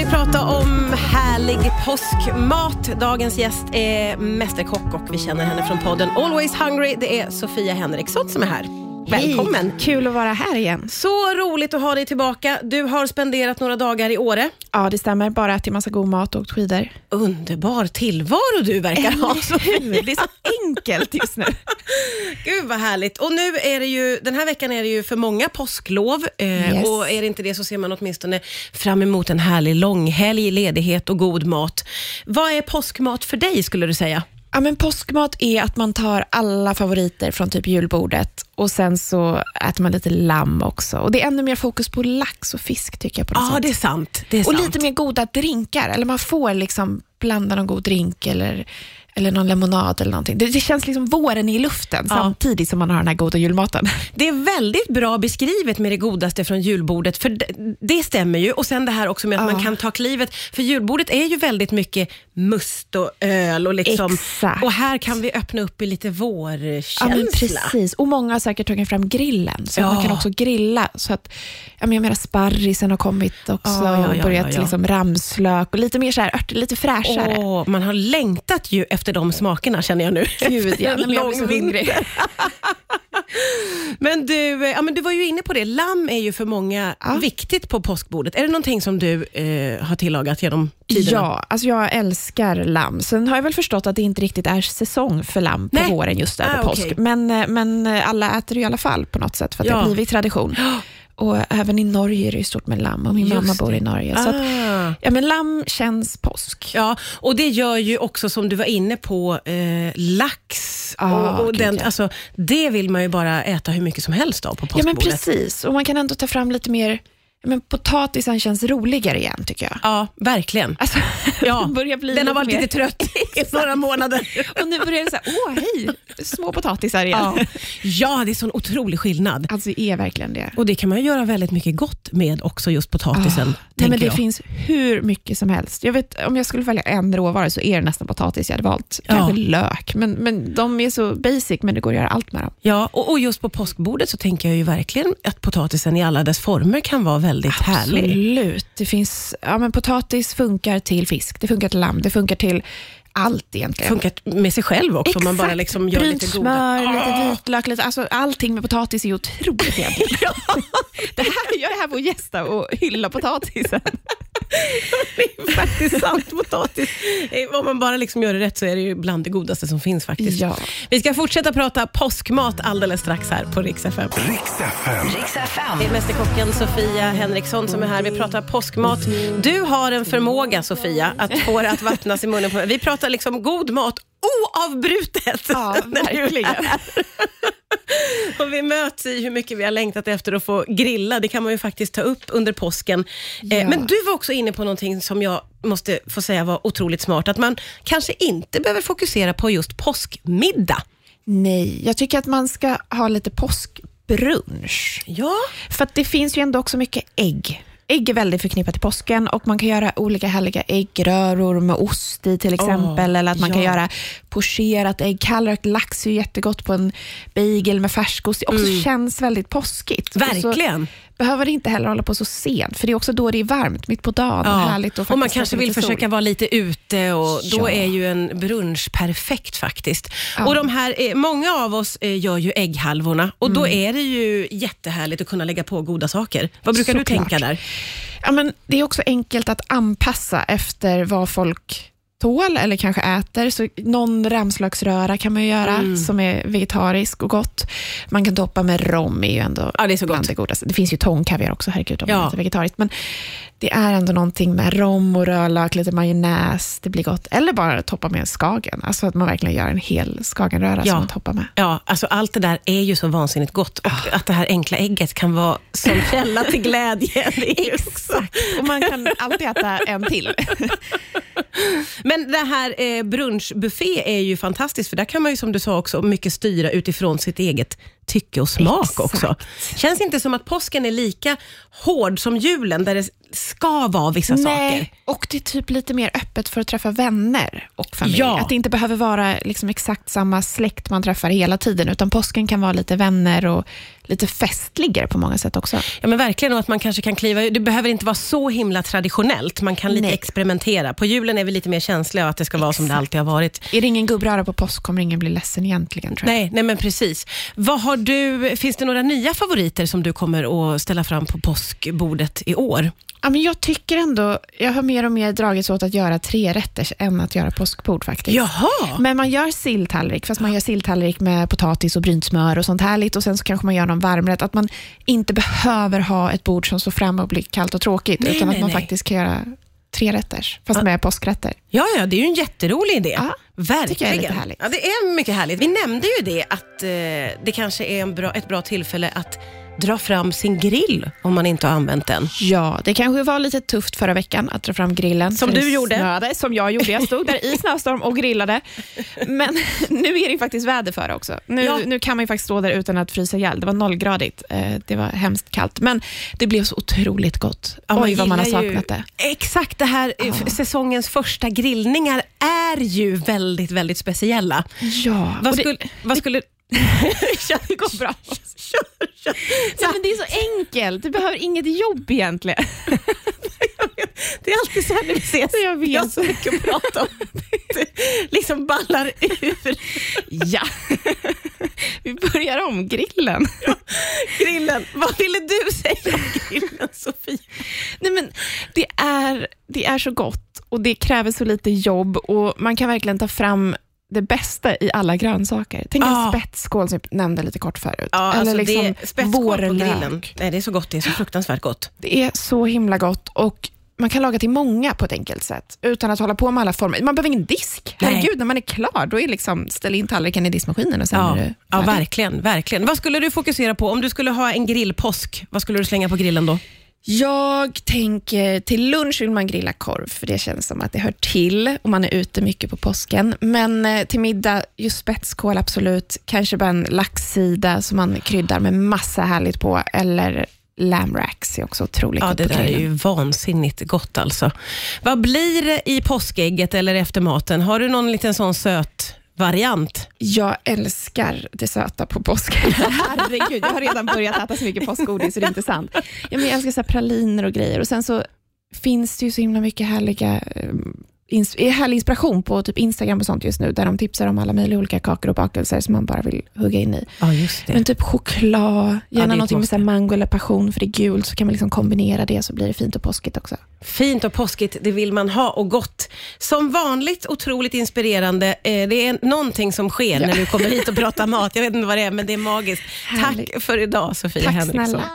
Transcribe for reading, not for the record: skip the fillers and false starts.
Prata om härlig påskmat. Dagens gäst är mästerkock och vi känner henne från podden Always Hungry. Det är Sofia Henriksson som är här. Välkommen. Hej. Kul att vara här igen. Så roligt att ha dig tillbaka. Du har spenderat några dagar i Åre. Ja, det stämmer. Bara ätit massa god mat och åkt skidor. Underbar tillvaro du verkar ha. Det är så enkelt just nu. Gud vad härligt. Och nu är det ju, den här veckan är det ju för många påsklov. Yes. Och är det inte det så ser man åtminstone fram emot en härlig långhelg, ledighet och god mat. Vad är påskmat för dig skulle du säga? Ja, men påskmat är att man tar alla favoriter från typ julbordet och sen så äter man lite lamm också. Och det är ännu mer fokus på lax och fisk tycker jag på något sätt. Det är sant. Det är och sant. lite mer goda drinkar. Eller man får liksom blanda någon god drink eller någon lemonad eller någonting. Det känns liksom våren i luften samtidigt som man har den här goda julmaten. Det är väldigt bra beskrivet med det godaste från julbordet. För det stämmer ju. Och sen det här också med att man kan ta klivet. För julbordet är ju väldigt mycket must och öl. Och, liksom, exakt. Och här kan vi öppna upp i lite vårkänsla. Ja, men precis. Och många har säkert tagit fram grillen. Så man kan också grilla. Så att, jag menar sparrisen har kommit också. Och börjat liksom ramslök. Och lite mer så här lite fräschare. Man har längtat ju efter de smakerna känner jag nu. Gud, ja. Men jag blir så hungrig. Men du var ju inne på det. Lamm är ju för många viktigt på påskbordet. Är det någonting som du har tillagat genom tiderna? Ja, alltså jag älskar lamm. Sen har jag väl förstått att det inte riktigt är säsong för lamm på våren just över påsk. Okay. Men alla äter det i alla fall på något sätt för att det har blivit tradition. Och även i Norge är det ju stort med lamm och min mamma bor i Norge. Så att, men lamm känns påsk. Ja, och det gör ju också som du var inne på lax. Och den, alltså, det vill man ju bara äta hur mycket som helst av på påskbordet. Ja, men precis. Och man kan ändå ta fram lite mer. Men potatisen känns roligare igen tycker jag. Ja, verkligen. Alltså, den har varit lite trött i några månader. Och nu börjar det så här, hej, små potatisar igen. Ja, det är sån otrolig skillnad. Alltså det är verkligen det. Och det kan man ju göra väldigt mycket gott med också just potatisen. Nej, men det finns hur mycket som helst. Jag vet, om jag skulle välja en råvara så är det nästan potatis jag hade valt. Kanske lök, men de är så basic men det går att göra allt med dem. Ja, och just på påskbordet så tänker jag ju verkligen att potatisen i alla dess former kan vara väldigt härlig. Absolut. Det finns, men potatis funkar till fisk, det funkar till lamm, det funkar till allt egentligen. Funkar med sig själv också. Exakt. Man bara liksom gör lite goda. Smör, lite vitlök, lite, alltså allting med potatis är otroligt egentligen. Jag är här på att gästa och hylla potatisen. Det är faktiskt sant, potatis. Om man bara liksom gör det rätt så är det ju bland det godaste som finns faktiskt. Ja. Vi ska fortsätta prata påskmat alldeles strax här på Rix FM. Rix FM. Det är mästerkocken Sofia Henriksson som är här. Vi pratar påskmat. Du har en förmåga, Sofia, att få det att vattnas i munnen på. Vi pratar liksom god mat oavbrutet. Ja, verkligen. Och vi möts i hur mycket vi har längtat efter att få grilla. Det kan man ju faktiskt ta upp under påsken. Men du var också inne på någonting som jag måste få säga var otroligt smart. Att man kanske inte behöver fokusera på just påskmiddag. Nej, jag tycker att man ska ha lite påskbrunch. Ja. För att det finns ju ändå också mycket ägg. Ägg är väldigt förknippat till påsken och man kan göra olika härliga äggröror med ost i till exempel. Eller att man kan göra pocherat ägg. Kallrökt lax är ju jättegott på en bagel med färskost. Det också känns väldigt påskigt. Verkligen. Behöver det inte heller hålla på så sent. För det är också då det är varmt, mitt på dagen. Och härligt och man kanske vill försöka vara lite ute. Och då är ju en brunch perfekt faktiskt. Och de här, många av oss gör ju ägghalvorna. Och då är det ju jättehärligt att kunna lägga på goda saker. Vad brukar du tänka där? Ja, men det är också enkelt att anpassa efter vad folk tål eller kanske äter. Så någon ramslöksröra kan man ju göra som är vegetarisk och gott. Man kan doppa med rom, är ju ändå det är så gott. Det godaste. Det finns ju tångkaviar också, herregud, om det är vegetariskt. Men det är ändå någonting med rom och rödlök, lite majonnäs, det blir gott. Eller bara toppa med skagen. Alltså att man verkligen gör en hel skagenröra som man toppar med. Ja, alltså allt det där är ju så vansinnigt gott. Och att det här enkla ägget kan vara som källa till glädje. Exakt. Och man kan alltid äta en till. Men det här brunchbuffé är ju fantastiskt. För där kan man ju som du sa också mycket styra utifrån sitt eget tycke och smak också. Känns inte som att påsken är lika hård som julen där det ska vara vissa saker. Och det är typ lite mer öppet för att träffa vänner och familj. Ja. Att det inte behöver vara liksom exakt samma släkt man träffar hela tiden, utan påsken kan vara lite vänner och lite festligare på många sätt också. Ja, men verkligen, och att man kanske kan kliva, det behöver inte vara så himla traditionellt. Man kan lite experimentera. På julen är vi lite mer känsliga att det ska vara som det alltid har varit. Är det ingen gubbröra på påsk kommer ingen bli ledsen egentligen, tror jag. Nej men precis. Finns det några nya favoriter som du kommer att ställa fram på påskbordet i år? Ja, men jag tycker ändå, jag har mer och mer dragits åt att göra 3 rätter än att göra påskbord faktiskt. Jaha! Men man gör silltallrik, fast man gör silltallrik med potatis och brynt smör och sånt härligt, och sen så kanske man gör någon varmrätt. Att man inte behöver ha ett bord som står fram och blir kallt och tråkigt, utan att man faktiskt kan göra 3 rätter, fast med påskrätter. Ja, det är ju en jätterolig idé. Ja, verkligen. Det är lite härligt. Ja, det är mycket härligt. Vi nämnde ju det att det kanske är ett bra tillfälle att dra fram sin grill om man inte har använt den. Ja, det kanske var lite tufft förra veckan att dra fram grillen. Som du gjorde. Snöde, som jag gjorde. Jag stod där i snöstorm och grillade. Men nu är det ju faktiskt väder för också. Nu kan man ju faktiskt stå där utan att frysa ihjäl. Det var 0-gradigt. Det var hemskt kallt. Men det blev så otroligt gott. Ja, oj, vad man har saknat det. Exakt, det här säsongens första grillningar är ju väldigt, väldigt speciella. Ja. Vad skulle det går bra. Kör. Ja, men det är så enkelt. Du behöver inget jobb egentligen. Det är alltid så här när vi ses. Jag vet. Jag har så mycket att prata om. Det liksom ballar ur. Ja. Vi börjar om grillen. Ja, grillen. Vad ville du säga om grillen, Sofie? Nej, men det är så gott och det kräver så lite jobb, och man kan verkligen ta fram det bästa i alla grönsaker. Tänk en spetskål som jag nämnde lite kort förut. Ja, eller alltså liksom spetskål på grillen. Nej, det är så gott, det är så fruktansvärt gott. Det är så himla gott, och man kan laga till många på ett enkelt sätt utan att hålla på med alla former. Man behöver ingen disk. Herregud, när man är klar, då är liksom ställ in tallriken i diskmaskinen och sen är det färdigt. Verkligen. Vad skulle du fokusera på om du skulle ha en grillpåsk? Vad skulle du slänga på grillen då? Jag tänker till lunch vill man grilla korv, för det känns som att det hör till och man är ute mycket på påsken. Men till middag, just spetskål absolut. Kanske bara en laxsida som man kryddar med massa härligt på, eller lamb racks är också otroligt gott. Ja, det där är ju vansinnigt gott alltså. Vad blir det i påskägget eller efter maten? Har du någon liten sån söt variant? Jag älskar det söta på påsken. Herregud, jag har redan börjat äta så mycket påskgodis så det är inte sant. Jag älskar så här praliner och grejer, och sen så finns det ju så himla mycket härlig inspiration på typ Instagram och sånt just nu, där de tipsar om alla möjliga olika kakor och bakelser som man bara vill hugga in i. Ja, just det. Men typ choklad, gärna någonting med så här mango eller passion, för det är gult, så kan man liksom kombinera det, så blir det fint och påskigt också. Fint och påskigt, det vill man ha, och gott. Som vanligt otroligt inspirerande. Det är någonting som sker när du kommer hit och pratar mat. Jag vet inte vad det är, men det är magiskt. Härligt. Tack för idag, Sofia Henriksson. Tack snälla.